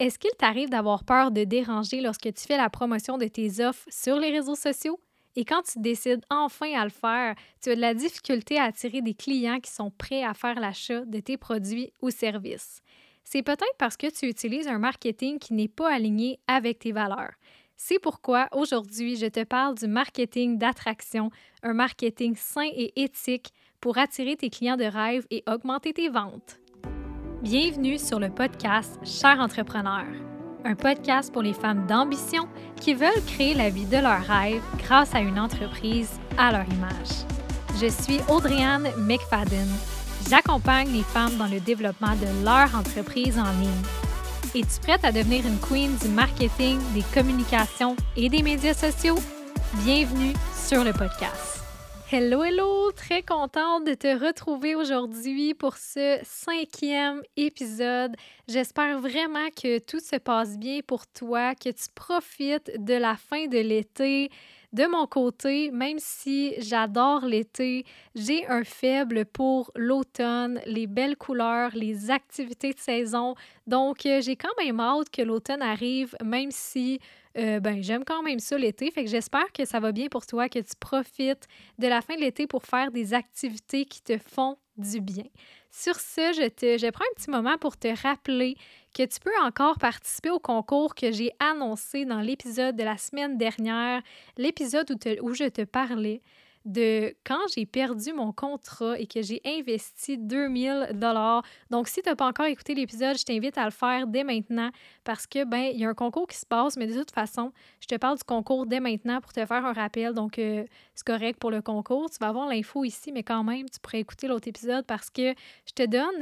Est-ce qu'il t'arrive d'avoir peur de déranger lorsque tu fais la promotion de tes offres sur les réseaux sociaux? Et quand tu décides enfin à le faire, tu as de la difficulté à attirer des clients qui sont prêts à faire l'achat de tes produits ou services. C'est peut-être parce que tu utilises un marketing qui n'est pas aligné avec tes valeurs. C'est pourquoi aujourd'hui, je te parle du marketing d'attraction, un marketing sain et éthique pour attirer tes clients de rêve et augmenter tes ventes. Bienvenue sur le podcast Cher Entrepreneur, un podcast pour les femmes d'ambition qui veulent créer la vie de leurs rêves grâce à une entreprise à leur image. Je suis Audrey-Anne McFadden. J'accompagne les femmes dans le développement de leur entreprise en ligne. Es-tu prête à devenir une queen du marketing, des communications et des médias sociaux? Bienvenue sur le podcast. Hello, hello! Très contente de te retrouver aujourd'hui pour ce 5e épisode. J'espère vraiment que tout se passe bien pour toi, que tu profites de la fin de l'été. De mon côté, même si j'adore l'été, j'ai un faible pour l'automne, les belles couleurs, les activités de saison. Donc, j'ai quand même hâte que l'automne arrive, même si j'aime quand même ça l'été. Fait que j'espère que ça va bien pour toi, que tu profites de la fin de l'été pour faire des activités qui te font du bien. Sur ce, je prends un petit moment pour te rappeler que tu peux encore participer au concours que j'ai annoncé dans l'épisode de la semaine dernière, l'épisode où je te parlais de quand j'ai perdu mon contrat et que j'ai investi 2000 $. Donc, si tu n'as pas encore écouté l'épisode, je t'invite à le faire dès maintenant parce que, il y a un concours qui se passe, mais de toute façon, je te parle du concours dès maintenant pour te faire un rappel. Donc, c'est correct pour le concours. Tu vas avoir l'info ici, mais quand même, tu pourrais écouter l'autre épisode parce que je te donne,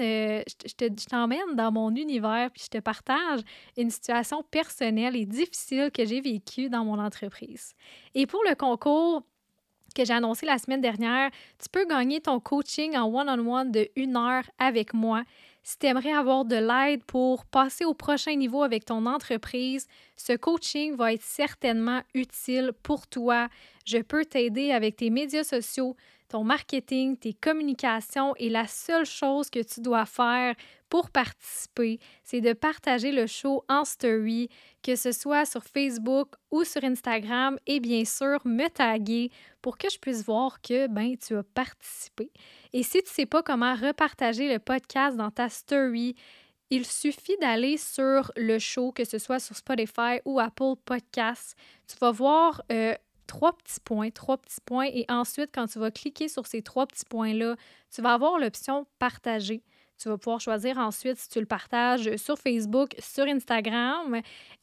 je t'emmène dans mon univers puis je te partage une situation personnelle et difficile que j'ai vécue dans mon entreprise. Et pour le concours que j'ai annoncé la semaine dernière, tu peux gagner ton coaching en one-on-one de 1 heure avec moi. Si tu aimerais avoir de l'aide pour passer au prochain niveau avec ton entreprise, ce coaching va être certainement utile pour toi. Je peux t'aider avec tes médias sociaux, ton marketing, tes communications et la seule chose que tu dois faire pour participer, c'est de partager le show en story, que ce soit sur Facebook ou sur Instagram et bien sûr me taguer pour que je puisse voir que tu as participé. Et si tu ne sais pas comment repartager le podcast dans ta story, il suffit d'aller sur le show, que ce soit sur Spotify ou Apple Podcasts. Tu vas voir trois petits points et ensuite, quand tu vas cliquer sur ces 3 petits points-là, tu vas avoir l'option « Partager ». Tu vas pouvoir choisir ensuite si tu le partages sur Facebook, sur Instagram.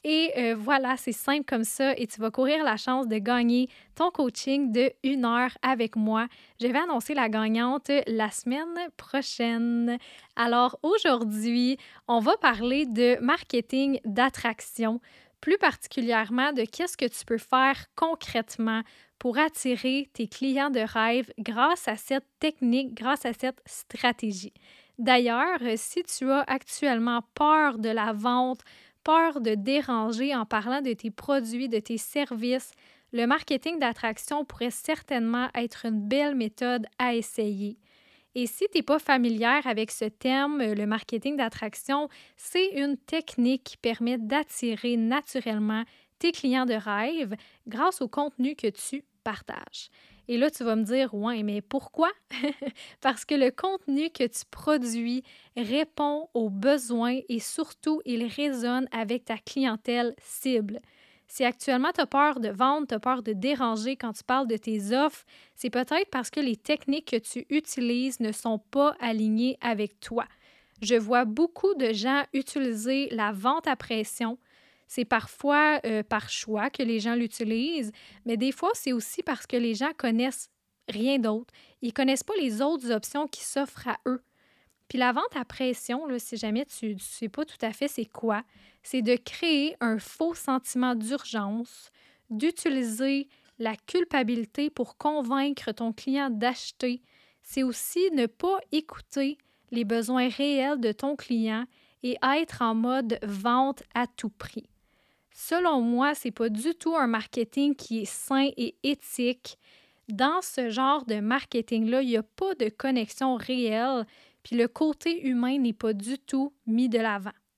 Et voilà, c'est simple comme ça et tu vas courir la chance de gagner ton coaching de 1 heure avec moi. Je vais annoncer la gagnante la semaine prochaine. Alors aujourd'hui, on va parler de marketing d'attraction, plus particulièrement de qu'est-ce que tu peux faire concrètement pour attirer tes clients de rêve grâce à cette technique, grâce à cette stratégie. D'ailleurs, si tu as actuellement peur de la vente, peur de déranger en parlant de tes produits, de tes services, le marketing d'attraction pourrait certainement être une belle méthode à essayer. Et si tu n'es pas familière avec ce terme, le marketing d'attraction, c'est une technique qui permet d'attirer naturellement tes clients de rêve grâce au contenu que tu partages. Et là, tu vas me dire, ouais, mais pourquoi? Parce que le contenu que tu produis répond aux besoins et surtout, il résonne avec ta clientèle cible. Si actuellement tu as peur de vendre, tu as peur de déranger quand tu parles de tes offres, c'est peut-être parce que les techniques que tu utilises ne sont pas alignées avec toi. Je vois beaucoup de gens utiliser la vente à pression. C'est parfois par choix que les gens l'utilisent, mais des fois, c'est aussi parce que les gens connaissent rien d'autre. Ils ne connaissent pas les autres options qui s'offrent à eux. Puis la vente à pression, là, si jamais tu ne sais pas tout à fait c'est quoi, c'est de créer un faux sentiment d'urgence, d'utiliser la culpabilité pour convaincre ton client d'acheter. C'est aussi ne pas écouter les besoins réels de ton client et être en mode vente à tout prix. Selon moi, ce n'est pas du tout un marketing qui est sain et éthique. Dans ce genre de marketing-là, il n'y a pas de connexion réelle, puis le côté humain n'est pas du tout mis de l'avant.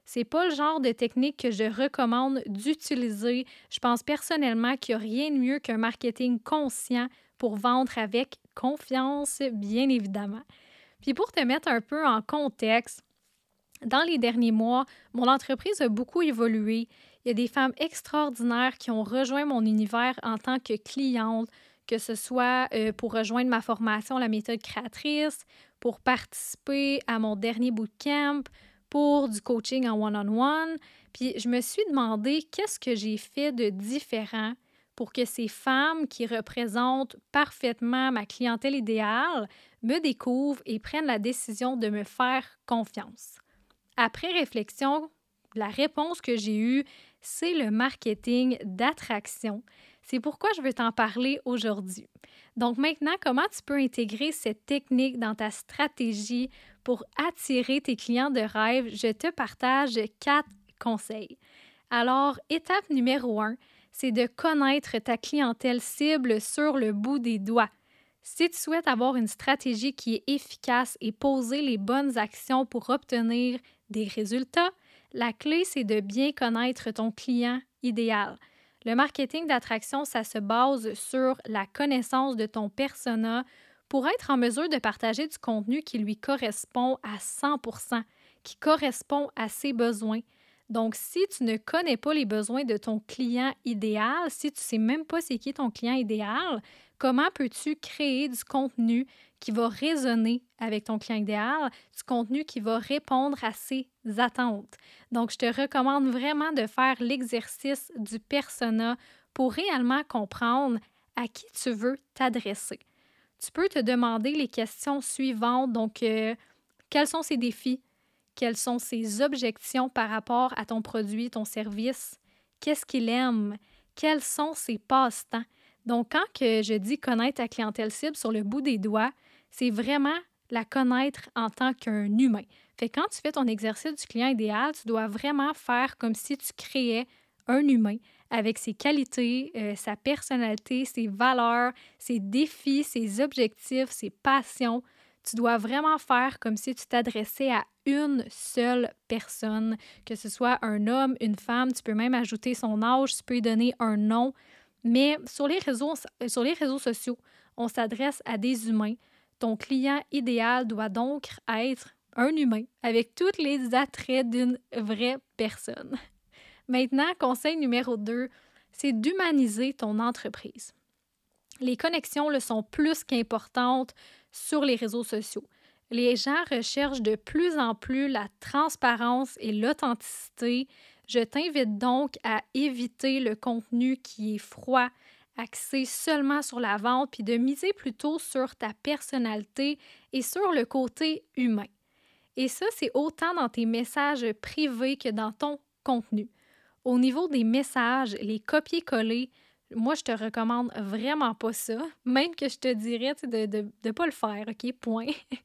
C'est pas le genre de technique que je recommande d'utiliser. Je pense personnellement qu'il n'y a rien de mieux qu'un marketing conscient pour vendre avec confiance, bien évidemment. Puis pour te mettre un peu en contexte, dans les derniers mois, mon entreprise a beaucoup évolué. Il y a des femmes extraordinaires qui ont rejoint mon univers en tant que clientes, que ce soit pour rejoindre ma formation La méthode créatrice, pour participer à mon dernier bootcamp, pour du coaching en one-on-one. Puis je me suis demandé qu'est-ce que j'ai fait de différent pour que ces femmes qui représentent parfaitement ma clientèle idéale me découvrent et prennent la décision de me faire confiance. Après réflexion, la réponse que j'ai eue, c'est le marketing d'attraction. C'est pourquoi je veux t'en parler aujourd'hui. Donc maintenant, comment tu peux intégrer cette technique dans ta stratégie pour attirer tes clients de rêve? Je te partage 4 conseils. Alors, étape numéro 1, c'est de connaître ta clientèle cible sur le bout des doigts. Si tu souhaites avoir une stratégie qui est efficace et poser les bonnes actions pour obtenir des résultats, la clé, c'est de bien connaître ton client idéal. Le marketing d'attraction, ça se base sur la connaissance de ton persona pour être en mesure de partager du contenu qui lui correspond à 100%, qui correspond à ses besoins. Donc, si tu ne connais pas les besoins de ton client idéal, si tu ne sais même pas c'est qui ton client idéal, comment peux-tu créer du contenu qui va résonner avec ton client idéal, du contenu qui va répondre à ses attentes? Donc, je te recommande vraiment de faire l'exercice du persona pour réellement comprendre à qui tu veux t'adresser. Tu peux te demander les questions suivantes. Donc, quels sont ses défis? Quelles sont ses objections par rapport à ton produit, ton service? Qu'est-ce qu'il aime? Quels sont ses passe-temps? Donc, quand que je dis connaître ta clientèle cible sur le bout des doigts, c'est vraiment la connaître en tant qu'un humain. Fait que quand tu fais ton exercice du client idéal, tu dois vraiment faire comme si tu créais un humain avec ses qualités, sa personnalité, ses valeurs, ses défis, ses objectifs, ses passions. Tu dois vraiment faire comme si tu t'adressais à une seule personne, que ce soit un homme, une femme, tu peux même ajouter son âge, tu peux lui donner un nom. Mais sur les réseaux sociaux, on s'adresse à des humains. Ton client idéal doit donc être un humain avec tous les attraits d'une vraie personne. Maintenant, conseil numéro 2, c'est d'humaniser ton entreprise. Les connexions sont plus qu'importantes sur les réseaux sociaux. Les gens recherchent de plus en plus la transparence et l'authenticité. Je t'invite donc à éviter le contenu qui est froid, axé seulement sur la vente, puis de miser plutôt sur ta personnalité et sur le côté humain. Et ça, c'est autant dans tes messages privés que dans ton contenu. Au niveau des messages, les copier-coller, moi, je te recommande vraiment pas ça. Même que je te dirais de ne pas le faire, OK? Point.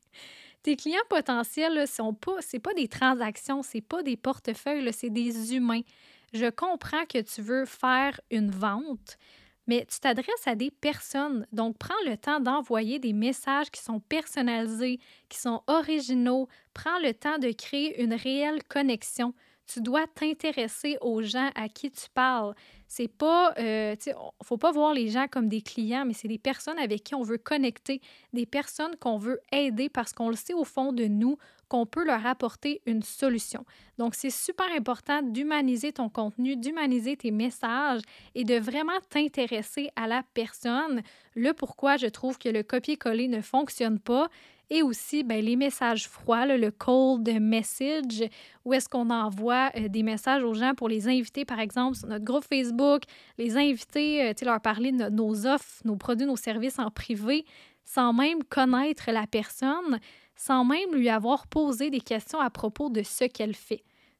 Tes clients potentiels, là, c'est pas des transactions, c'est pas des portefeuilles, là, c'est des humains. Je comprends que tu veux faire une vente, mais tu t'adresses à des personnes. Donc, prends le temps d'envoyer des messages qui sont personnalisés, qui sont originaux. Prends le temps de créer une réelle connexion. Tu dois t'intéresser aux gens à qui tu parles. C'est pas, faut pas voir les gens comme des clients, mais c'est des personnes avec qui on veut connecter, des personnes qu'on veut aider parce qu'on le sait au fond de nous qu'on peut leur apporter une solution. Donc, c'est super important d'humaniser ton contenu, d'humaniser tes messages et de vraiment t'intéresser à la personne. Le pourquoi je trouve que le copier-coller ne fonctionne pas. Et aussi, les messages froids, là, le cold message, où est-ce qu'on envoie des messages aux gens pour les inviter, par exemple, sur notre groupe Facebook, les inviter, leur parler de nos offres, nos produits, nos services en privé, sans même connaître la personne, sans même lui avoir posé des questions à propos de ce qu'elle fait.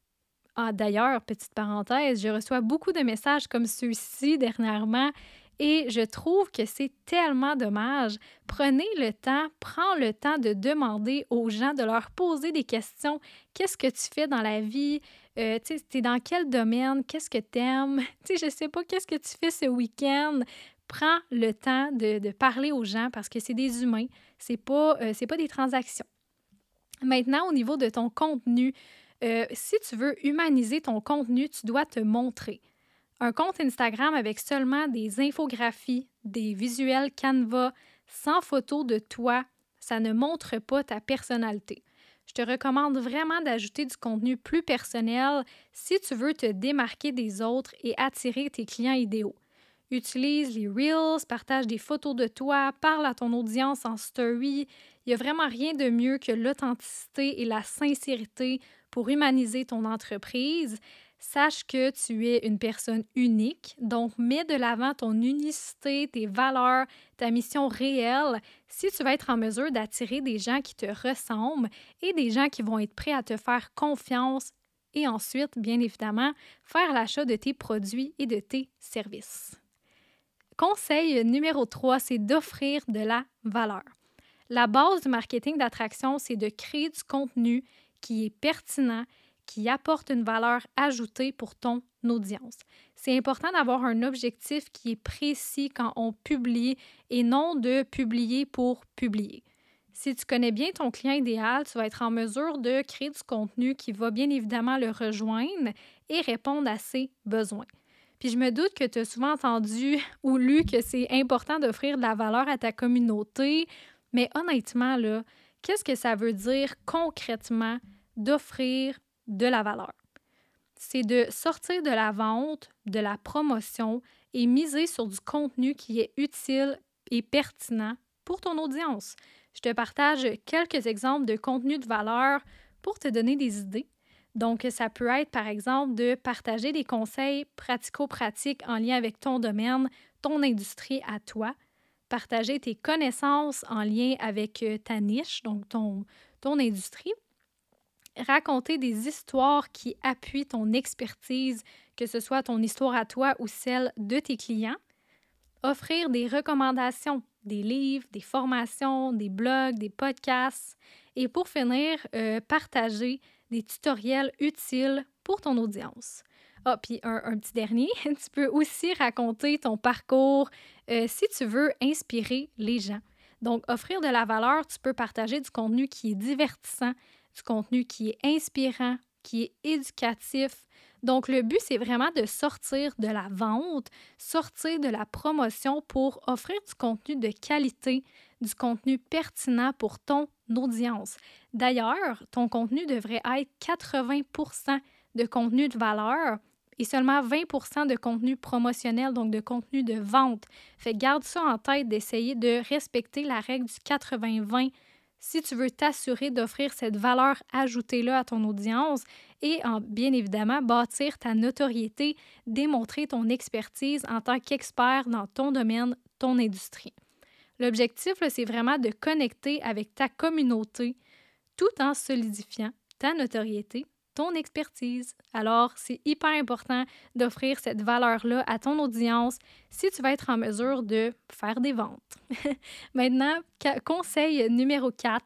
Ah, d'ailleurs, petite parenthèse, je reçois beaucoup de messages comme ceux-ci dernièrement et je trouve que c'est tellement dommage. Prenez le temps, prends le temps de demander aux gens, de leur poser des questions. Qu'est-ce que tu fais dans la vie? Tu es dans quel domaine? Qu'est-ce que tu aimes? Je sais pas, qu'est-ce que tu fais ce week-end? Prends le temps de parler aux gens parce que c'est des humains, c'est pas des transactions. Maintenant, au niveau de ton contenu, Si tu veux humaniser ton contenu, tu dois te montrer. Un compte Instagram avec seulement des infographies, des visuels Canva, sans photo de toi, ça ne montre pas ta personnalité. Je te recommande vraiment d'ajouter du contenu plus personnel si tu veux te démarquer des autres et attirer tes clients idéaux. Utilise les Reels, partage des photos de toi, parle à ton audience en story. Il n'y a vraiment rien de mieux que l'authenticité et la sincérité pour humaniser ton entreprise. Sache que tu es une personne unique, donc mets de l'avant ton unicité, tes valeurs, ta mission réelle si tu vas être en mesure d'attirer des gens qui te ressemblent et des gens qui vont être prêts à te faire confiance et ensuite, bien évidemment, faire l'achat de tes produits et de tes services. Conseil numéro 3, c'est d'offrir de la valeur. La base du marketing d'attraction, c'est de créer du contenu qui est pertinent, qui apporte une valeur ajoutée pour ton audience. C'est important d'avoir un objectif qui est précis quand on publie et non de publier pour publier. Si tu connais bien ton client idéal, tu vas être en mesure de créer du contenu qui va bien évidemment le rejoindre et répondre à ses besoins. Puis je me doute que tu as souvent entendu ou lu que c'est important d'offrir de la valeur à ta communauté, mais honnêtement, là, qu'est-ce que ça veut dire concrètement d'offrir de la valeur? C'est de sortir de la vente, de la promotion et miser sur du contenu qui est utile et pertinent pour ton audience. Je te partage quelques exemples de contenu de valeur pour te donner des idées. Donc, ça peut être, par exemple, de partager des conseils pratico-pratiques en lien avec ton domaine, ton industrie à toi, partager tes connaissances en lien avec ta niche, donc ton industrie, raconter des histoires qui appuient ton expertise, que ce soit ton histoire à toi ou celle de tes clients, offrir des recommandations, des livres, des formations, des blogs, des podcasts et pour finir, partager des tutoriels utiles pour ton audience. Ah, puis un petit dernier, tu peux aussi raconter ton parcours si tu veux inspirer les gens. Donc, offrir de la valeur, tu peux partager du contenu qui est divertissant, du contenu qui est inspirant, qui est éducatif. Donc, le but, c'est vraiment de sortir de la vente, sortir de la promotion pour offrir du contenu de qualité, du contenu pertinent pour ton audience. D'ailleurs, ton contenu devrait être 80% de contenu de valeur et seulement 20% de contenu promotionnel, donc de contenu de vente. Fait que garde ça en tête d'essayer de respecter la règle du 80-20 si tu veux t'assurer d'offrir cette valeur ajoutée-là à ton audience et, bien évidemment, bâtir ta notoriété, démontrer ton expertise en tant qu'expert dans ton domaine, ton industrie. L'objectif, là, c'est vraiment de connecter avec ta communauté tout en solidifiant ta notoriété, ton expertise. Alors, c'est hyper important d'offrir cette valeur-là à ton audience si tu vas être en mesure de faire des ventes. Maintenant, conseil numéro 4,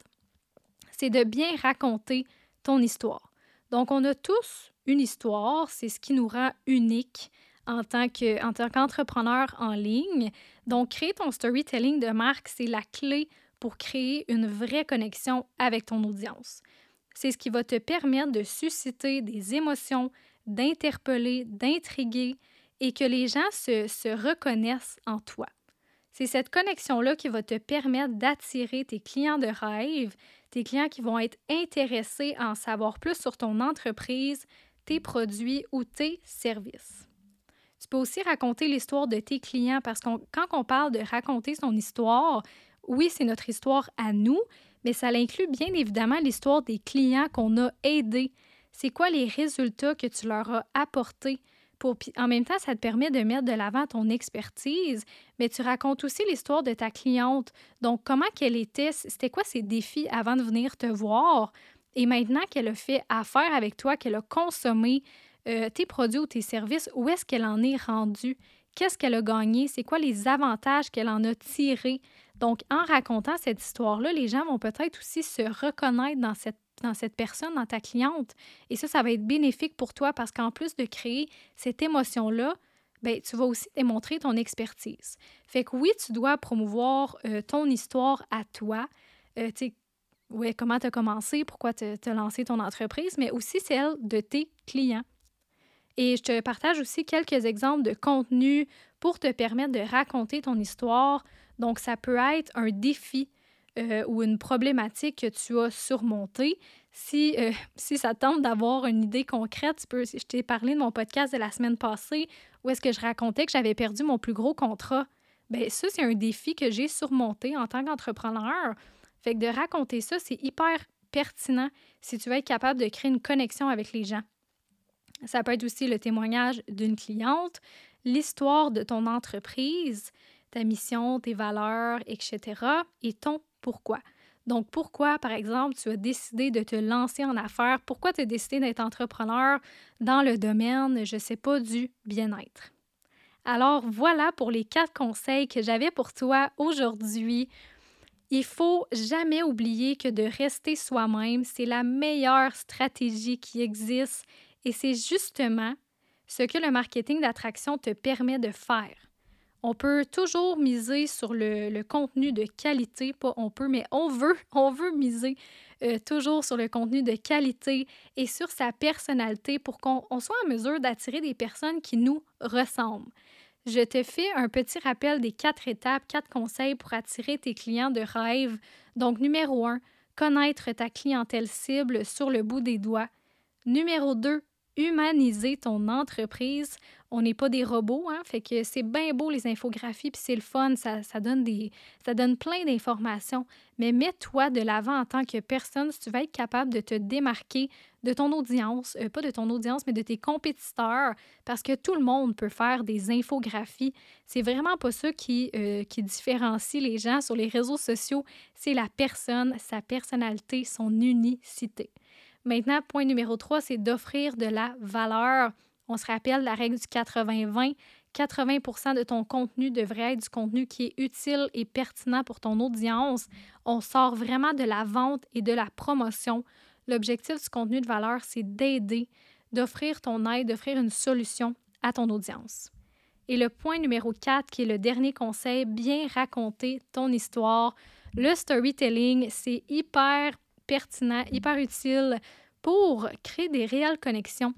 c'est de bien raconter ton histoire. Donc, on a tous une histoire, c'est ce qui nous rend unique en tant qu'entrepreneur en ligne. Donc, créer ton storytelling de marque, c'est la clé pour créer une vraie connexion avec ton audience. C'est ce qui va te permettre de susciter des émotions, d'interpeller, d'intriguer et que les gens se reconnaissent en toi. C'est cette connexion-là qui va te permettre d'attirer tes clients de rêve, tes clients qui vont être intéressés à en savoir plus sur ton entreprise, tes produits ou tes services. Tu peux aussi raconter l'histoire de tes clients parce que quand on parle de raconter son histoire, oui, c'est notre histoire à nous, mais ça inclut bien évidemment l'histoire des clients qu'on a aidés. C'est quoi les résultats que tu leur as apportés? En même temps, ça te permet de mettre de l'avant ton expertise, mais tu racontes aussi l'histoire de ta cliente. Donc, comment qu'elle était, c'était quoi ses défis avant de venir te voir? Et maintenant qu'elle a fait affaire avec toi, qu'elle a consommé tes produits ou tes services, où est-ce qu'elle en est rendue? Qu'est-ce qu'elle a gagné? C'est quoi les avantages qu'elle en a tirés? Donc, en racontant cette histoire-là, les gens vont peut-être aussi se reconnaître dans cette personne, dans ta cliente. Et ça va être bénéfique pour toi parce qu'en plus de créer cette émotion-là, ben, tu vas aussi démontrer ton expertise. Fait que oui, tu dois promouvoir ton histoire à toi. ouais, comment tu as commencé, pourquoi tu as lancé ton entreprise, mais aussi celle de tes clients. Et je te partage aussi quelques exemples de contenu pour te permettre de raconter ton histoire. Donc, ça peut être un défi ou une problématique que tu as surmontée. Si ça te tente d'avoir une idée concrète, je t'ai parlé de mon podcast de la semaine passée où est-ce que je racontais que j'avais perdu mon plus gros contrat. Bien, ça, c'est un défi que j'ai surmonté en tant qu'entrepreneur. Fait que de raconter ça, c'est hyper pertinent si tu veux être capable de créer une connexion avec les gens. Ça peut être aussi le témoignage d'une cliente, l'histoire de ton entreprise, ta mission, tes valeurs, etc. et ton pourquoi. Donc, pourquoi, par exemple, tu as décidé de te lancer en affaires? Pourquoi tu as décidé d'être entrepreneur dans le domaine, je ne sais pas, du bien-être? Alors, voilà pour les 4 conseils que j'avais pour toi aujourd'hui. Il faut jamais oublier que de rester soi-même, c'est la meilleure stratégie qui existe et c'est justement ce que le marketing d'attraction te permet de faire. On peut toujours miser sur le contenu de qualité, pas on peut, mais on veut miser toujours sur le contenu de qualité et sur sa personnalité pour qu'on soit en mesure d'attirer des personnes qui nous ressemblent. Je te fais un petit rappel des 4 étapes, 4 conseils pour attirer tes clients de rêve. Donc, numéro 1, connaître ta clientèle cible sur le bout des doigts. Numéro 2, humaniser ton entreprise. On n'est pas des robots, hein? Fait que c'est bien beau les infographies, puis c'est le fun, ça donne plein d'informations. Mais mets-toi de l'avant en tant que personne si tu vas être capable de te démarquer de ton audience, pas de ton audience, mais de tes compétiteurs, parce que tout le monde peut faire des infographies. C'est vraiment pas ça qui différencie les gens sur les réseaux sociaux, c'est la personne, sa personnalité, son unicité. Maintenant, point numéro 3, c'est d'offrir de la valeur. On se rappelle la règle du 80-20. 80% de ton contenu devrait être du contenu qui est utile et pertinent pour ton audience. On sort vraiment de la vente et de la promotion. L'objectif du contenu de valeur, c'est d'aider, d'offrir ton aide, d'offrir une solution à ton audience. Et le point numéro 4, qui est le dernier conseil, bien raconter ton histoire. Le storytelling, c'est hyper pertinent, hyper utile pour créer des réelles connexions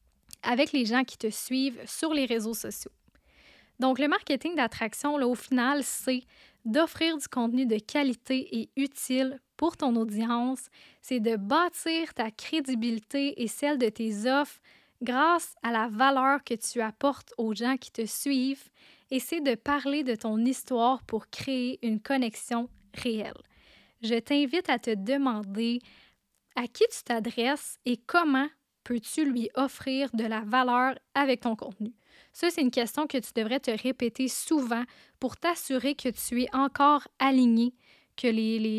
avec les gens qui te suivent sur les réseaux sociaux. Donc, le marketing d'attraction, là, au final, c'est d'offrir du contenu de qualité et utile pour ton audience. C'est de bâtir ta crédibilité et celle de tes offres grâce à la valeur que tu apportes aux gens qui te suivent. Et c'est de parler de ton histoire pour créer une connexion réelle. Je t'invite à te demander à qui tu t'adresses et comment peux-tu lui offrir de la valeur avec ton contenu. Ça, c'est une question que tu devrais te répéter souvent pour t'assurer que tu es encore aligné, que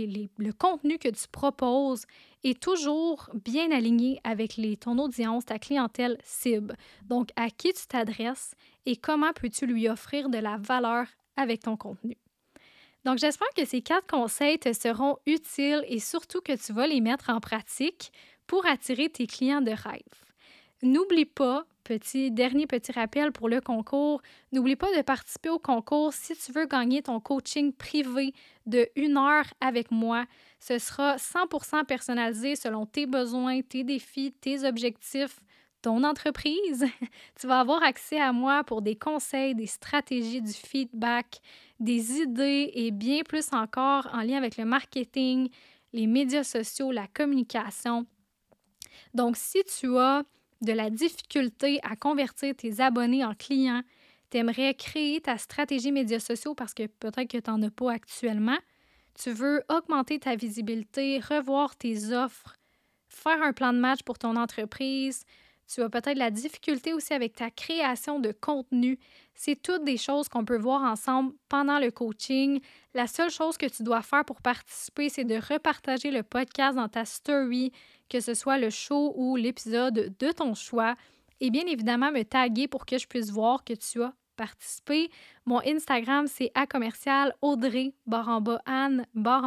le contenu que tu proposes est toujours bien aligné avec ton audience, ta clientèle cible. Donc, à qui tu t'adresses et comment peux-tu lui offrir de la valeur avec ton contenu. Donc, j'espère que ces 4 conseils te seront utiles et surtout que tu vas les mettre en pratique pour attirer tes clients de rêve. N'oublie pas, dernier petit rappel pour le concours, n'oublie pas de participer au concours si tu veux gagner ton coaching privé de 1 heure avec moi. Ce sera 100% personnalisé selon tes besoins, tes défis, tes objectifs, ton entreprise. Tu vas avoir accès à moi pour des conseils, des stratégies, du feedback, des idées et bien plus encore en lien avec le marketing, les médias sociaux, la communication. Donc, si tu as de la difficulté à convertir tes abonnés en clients, tu aimerais créer ta stratégie médias sociaux parce que peut-être que tu n'en as pas actuellement, tu veux augmenter ta visibilité, revoir tes offres, faire un plan de match pour ton entreprise, tu as peut-être la difficulté aussi avec ta création de contenu. C'est toutes des choses qu'on peut voir ensemble pendant le coaching. La seule chose que tu dois faire pour participer, c'est de repartager le podcast dans ta story, que ce soit le show ou l'épisode de ton choix. Et bien évidemment, me taguer pour que je puisse voir que tu as participé. Mon Instagram, c'est @Audrey Anne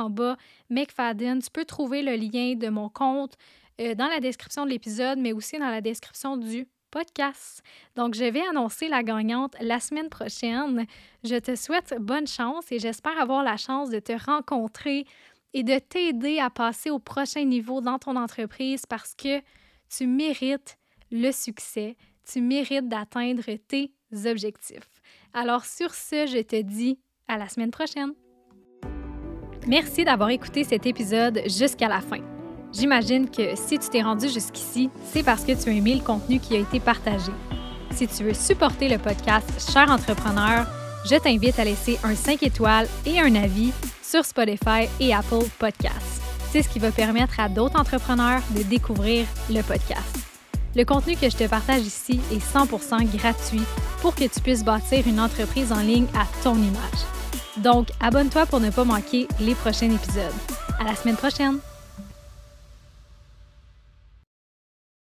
McFadden. Tu peux trouver le lien de mon compte dans la description de l'épisode, mais aussi dans la description du podcast. Donc, je vais annoncer la gagnante la semaine prochaine. Je te souhaite bonne chance et j'espère avoir la chance de te rencontrer et de t'aider à passer au prochain niveau dans ton entreprise parce que tu mérites le succès, tu mérites d'atteindre tes objectifs. Alors sur ce, je te dis à la semaine prochaine. Merci d'avoir écouté cet épisode jusqu'à la fin. J'imagine que si tu t'es rendu jusqu'ici, c'est parce que tu as aimé le contenu qui a été partagé. Si tu veux supporter le podcast Cher Entrepreneur, je t'invite à laisser un 5 étoiles et un avis sur Spotify et Apple Podcasts. C'est ce qui va permettre à d'autres entrepreneurs de découvrir le podcast. Le contenu que je te partage ici est 100% gratuit pour que tu puisses bâtir une entreprise en ligne à ton image. Donc, abonne-toi pour ne pas manquer les prochains épisodes. À la semaine prochaine!